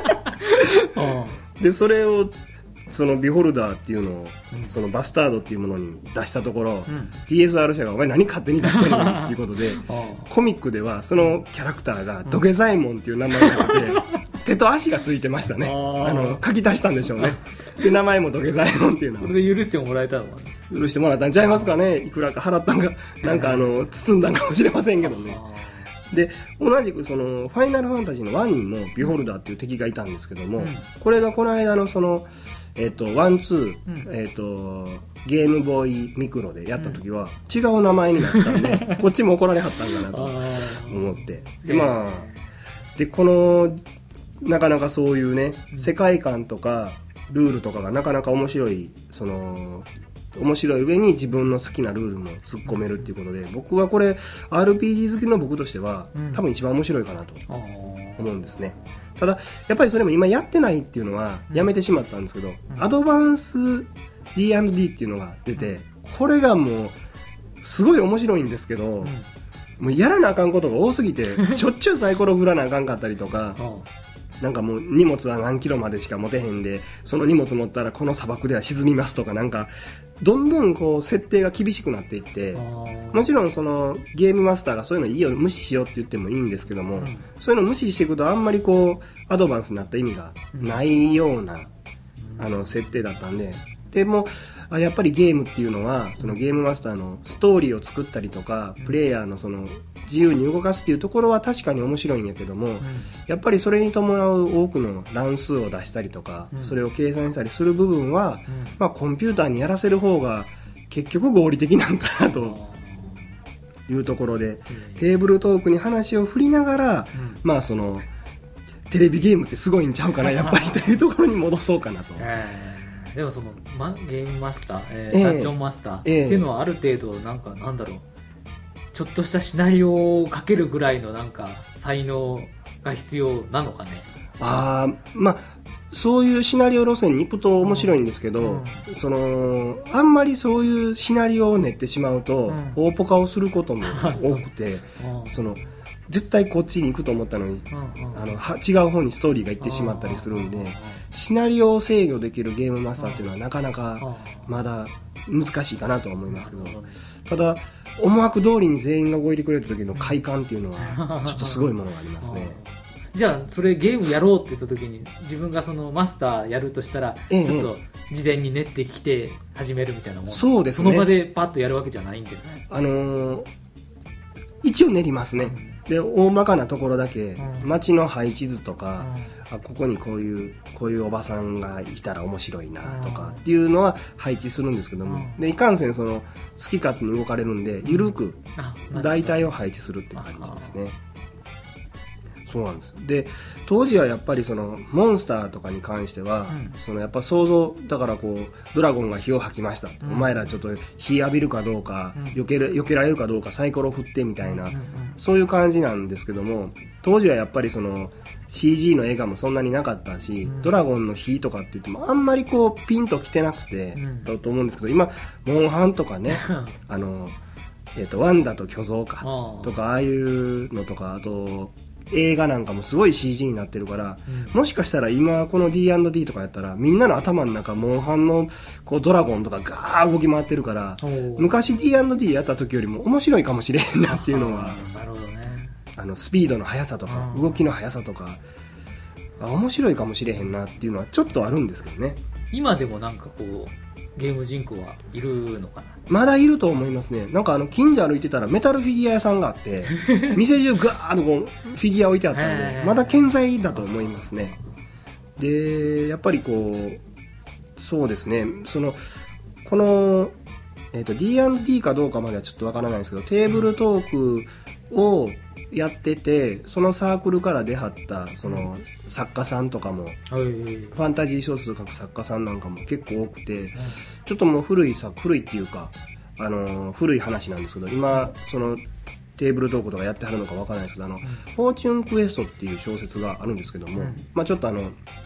でそれをそのビホルダーっていうのを、そのバスタードっていうものに出したところ、TSR 社がお前何勝手に出してるのっていうことでコミックではそのキャラクターがドゲザエモンっていう名前があって手と足がついてましたね。書き足したんでしょうね。で名前もドゲザエモンっていうのはそれで許してもらえたのかな。 許してもらったんちゃいますかね。いくらか払ったんかなんか包んだんかもしれませんけどね。で同じくそのファイナルファンタジーの1にもビホルダーっていう敵がいたんですけども、これがこの間のそのワンツー、ゲームボーイミクロでやった時は違う名前になったんで、こっちも怒られはったんかなと思ってでまあでこのなかなかそういうね、世界観とかルールとかがなかなか面白い面白い上に自分の好きなルールも突っ込めるっていうことで、僕はこれ RPG 好きの僕としては多分一番面白いかなと思うんですね。ただやっぱりそれも今やってないっていうのはやめてしまったんですけど、アドバンス D&D っていうのが出て、これがもうすごい面白いんですけど、もうやらなあかんことが多すぎてしょっちゅうサイコロ振らなあかんかったりとかなんかもう荷物は何キロまでしか持てへんで、その荷物持ったらこの砂漠では沈みますとか、なんかどんどんこう設定が厳しくなっていって、もちろんそのゲームマスターがそういうのいいよ無視しようって言ってもいいんですけども、そういうのを無視していくとあんまりこうアドバンスになった意味がないような設定だったんで、でもやっぱりゲームっていうのはそのゲームマスターのストーリーを作ったりとかプレイヤーのその自由に動かすっていうところは確かに面白いんやけども、やっぱりそれに伴う多くの乱数を出したりとか、それを計算したりする部分は、まあ、コンピューターにやらせる方が結局合理的なんかなというところで、テーブルトークに話を振りながら、まあそのテレビゲームってすごいんちゃうかなやっぱりというところに戻そうかなと。 でもその、ゲームマスター、ダンジョンマスターっていうのはある程度なんだろう、ちょっとしたシナリオを書けるぐらいのなんか才能が必要なのかね。 まあそういうシナリオ路線に行くと面白いんですけど、そのあんまりそういうシナリオを練ってしまうと、大ポカをすることも多くてその絶対こっちに行くと思ったのに、違う方にストーリーが行ってしまったりするんで、シナリオを制御できるゲームマスターっていうのはなかなかまだ難しいかなとは思いますけど、ただ思惑通りに全員が動いてくれた時の快感っていうのはちょっとすごいものがありますね。 じゃあそれゲームやろうって言った時に自分がそのマスターやるとしたら、ちょっと事前に練ってきて始めるみたいなもん。 そうですね。 その場でパッとやるわけじゃないんだよね。 一応練りますね。で大まかなところだけ、街の配置図とか、ここにこういうおばさんがいたら面白いなとかっていうのは配置するんですけども、でいかんせんその好き勝手に動かれるんで緩く大体を配置するっていう感じですね。そうなんです。で当時はやっぱりそのモンスターとかに関しては、そのやっぱ想像だからこうドラゴンが火を吐きました、お前らちょっと火浴びるかどうか、避けられるかどうかサイコロ振ってみたいな、そういう感じなんですけども、当時はやっぱりその CG の映画もそんなになかったし、ドラゴンの火とかって言ってもあんまりこうピンときてなくて、だと思うんですけど、今モンハンとかねワンダと巨像かとかああいうのとか、あと映画なんかもすごい CG になってるから、もしかしたら今この D&D とかやったらみんなの頭の中モンハンのこうドラゴンとかガー動き回ってるから、昔 D&D やった時よりも面白いかもしれんなっていうのはなるほどね。 スピードの速さとか動きの速さとか面白いかもしれへんなっていうのはちょっとあるんですけどね。 今でもなんかこうゲーム人口はいるのかな。 まだいると思いますね。なんか近所歩いてたらメタルフィギュア屋さんがあって店中ガーッとこうフィギュア置いてあったんでまだ健在だと思いますね。でやっぱりこうそうですね、この、D&D かどうかまではちょっとわからないんですけど、テーブルトークをやってて、そのサークルから出はったその作家さんとかも、ファンタジー小説を書く作家さんなんかも結構多くて、ちょっともう古いっていうか古い話なんですけど、今そのテーブルトークとかやってはるのかわからないですけど、フォーチュンクエストっていう小説があるんですけども、まあちょっと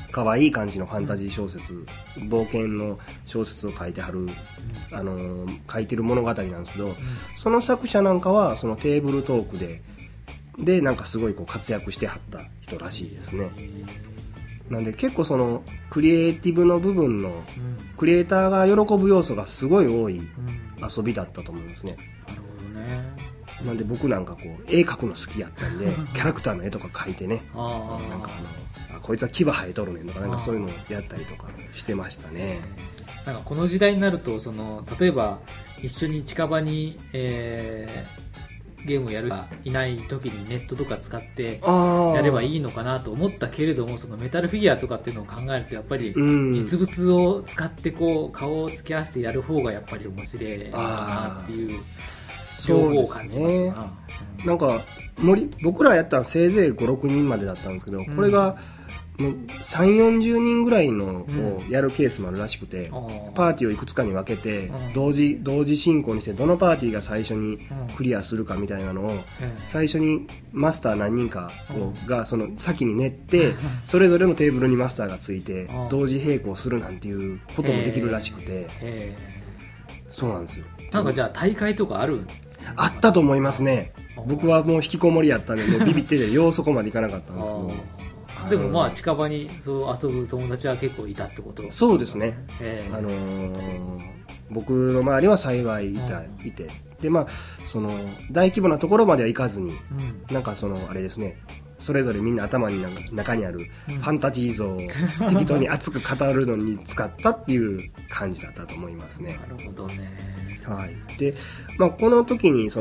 可愛い感じのファンタジー小説、冒険の小説を書いてはる、書いてる物語なんですけど、その作者なんかはそのテーブルトークでなんかすごいこう活躍してはった人らしいですね。なんで結構そのクリエイティブの部分のクリエイターが喜ぶ要素がすごい多い遊びだったと思いますね。 なるほどね。 なんで僕なんかこう絵描くの好きやったんでキャラクターの絵とか描いてね、なんかこいつは牙生えとるねんとか、なんかそういうのをやったりとかしてましたね。 なんかこの時代になると例えば一緒に近場に、ゲームをやるかいない時にネットとか使ってやればいいのかなと思ったけれども、そのメタルフィギュアとかっていうのを考えるとやっぱり実物を使ってこう顔を突き合わせてやる方がやっぱり面白いのかなっていう両方を感じますな。 なんか僕らやったらせいぜい 5,6 人までだったんですけど、これが3,40 人ぐらいのをやるケースもあるらしくて、パーティーをいくつかに分けて同時進行にして、どのパーティーが最初にクリアするかみたいなのを最初にマスター何人かがその先に練って、それぞれのテーブルにマスターがついて同時並行するなんていうこともできるらしくて、そうなんですよ。 なんかじゃあ大会とかあったと思いますね。僕はもう引きこもりやったんでもうビビっててようそこまでいかなかったんですけどでもまあ近場にそう遊ぶ友達は結構いたってこと。 そうですね、僕の周りは幸いいて、でまあその大規模なところまでは行かずに、なんかあれですね、それぞれみんな頭に中にあるファンタジー像を適当に熱く語るのに使ったっていう感じだったと思いますね。 なるほどね。 はい。で、まあ、この時にキ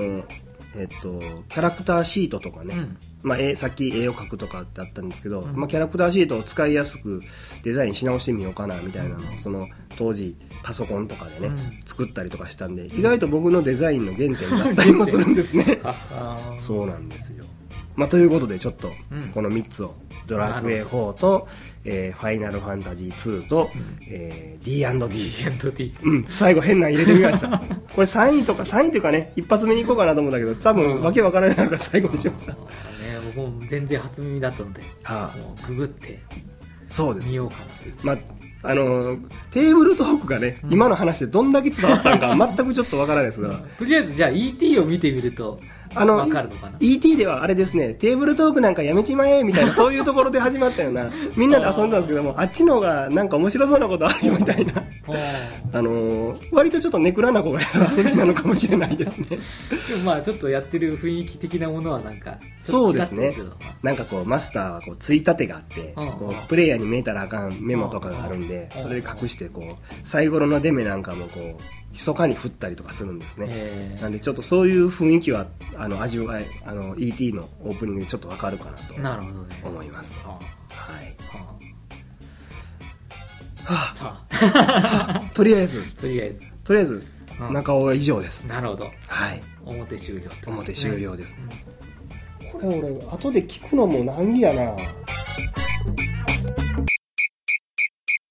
ャラクターシートとかね、まあ、さっき絵を描くとかってあったんですけど、まあ、キャラクターシートを使いやすくデザインし直してみようかなみたいなのを当時パソコンとかでね、作ったりとかしたんで、意外と僕のデザインの原点だったりもするんですね。そうなんですよ。まあ、ということでちょっとこの3つをドラクエ4と、ファイナルファンタジー2と、D&D、最後変な入れてみました。これ3位というかね、一発目に行こうかなと思うんだけど、多分わけわからないから最後にしました。 僕も全然初耳だったので、もうググって見ようかなという。 まあテーブルトークがね、今の話でどんだけ伝わったのか全くちょっとわからないですが、 とりあえずじゃあ ET を見てみると分かるのかな。 ET ではあれですね、テーブルトークなんかやめちまえみたいなそういうところで始まったようなみんなで遊んだんですけども、あっちの方がなんか面白そうなことあるよみたいな割とちょっとネクラな子がやる遊びなのかもしれないですね。 でもまあちょっとやってる雰囲気的なものはなんかそうですね、なんかこうマスターはこうついたてがあって、こうプレイヤーに見えたらあかんメモとかがあるんで、それで隠してこうサイコロの出目なんかもこう密かに振ったりとかするんですね。なんでちょっとそういう雰囲気は味わいET のオープニングでちょっと分かるかなと思います。はい。さあとりあえず中尾は以上です。 なるほど。 はい。 表終了。 表終了です。これ俺後で聞くのも難儀やな。